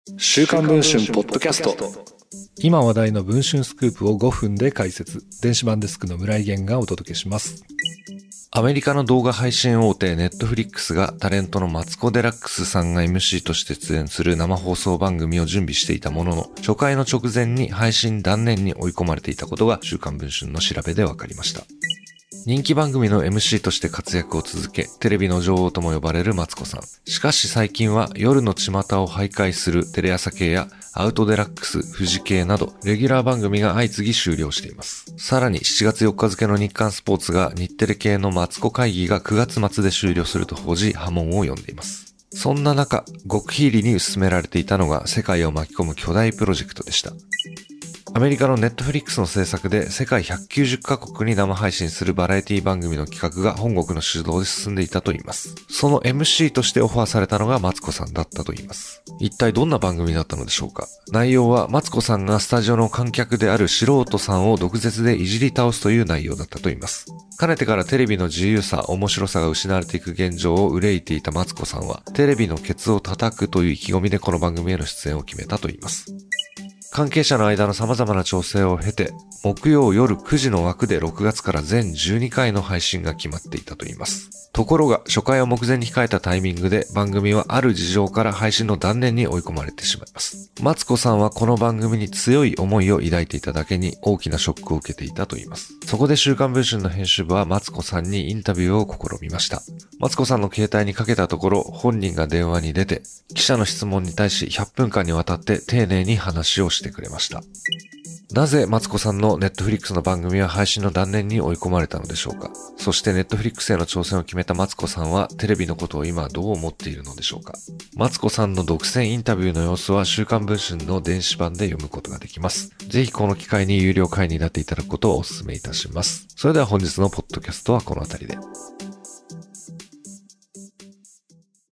週刊文春ポッドキャスト。 今話題の文春スクープを5分で解説。電子版デスクの村井源がお届けします。アメリカの動画配信大手ネットフリックスがタレントのマツコ・デラックスさんが MC として出演する生放送番組を準備していたものの、初回の直前に配信断念に追い込まれていたことが週刊文春の調べで分かりました。人気番組の MC として活躍を続け、テレビの女王とも呼ばれるマツコさん。しかし最近は夜の巷を徘徊するテレ朝系やアウトデラックス、フジ系など、レギュラー番組が相次ぎ終了しています。さらに7月4日付の日刊スポーツが日テレ系のマツコ会議が9月末で終了すると報じ、波紋を呼んでいます。そんな中、極秘裏に進められていたのが世界を巻き込む巨大プロジェクトでした。アメリカのネットフリックスの制作で世界190カ国に生配信するバラエティ番組の企画が本国の主導で進んでいたといいます。その MC としてオファーされたのがマツコさんだったといいます。一体どんな番組だったのでしょうか。内容はマツコさんがスタジオの観客である素人さんを毒舌でいじり倒すという内容だったといいます。かねてからテレビの自由さ、面白さが失われていく現状を憂いていたマツコさんは、テレビのケツを叩くという意気込みでこの番組への出演を決めたといいます。関係者の間の様々な調整を経て、木曜夜9時の枠で6月から全12回の配信が決まっていたといいます。ところが、初回を目前に控えたタイミングで番組はある事情から配信の断念に追い込まれてしまいます。マツコさんはこの番組に強い思いを抱いていただけに大きなショックを受けていたといいます。そこで週刊文春の編集部はマツコさんにインタビューを試みました。マツコさんの携帯にかけたところ、本人が電話に出て、記者の質問に対し100分間にわたって丁寧に話をしてくれました。なぜマツコさんのネットフリックスの番組は配信の断念に追い込まれたのでしょうか。そしてネットフリックスへの挑戦を決めたマツコさんはテレビのことを今どう思っているのでしょうか。マツコさんの独占インタビューの様子は週刊文春の電子版で読むことができます。ぜひこの機会に有料会員になっていただくことをお勧めいたします。それでは本日のポッドキャストはこの辺りで。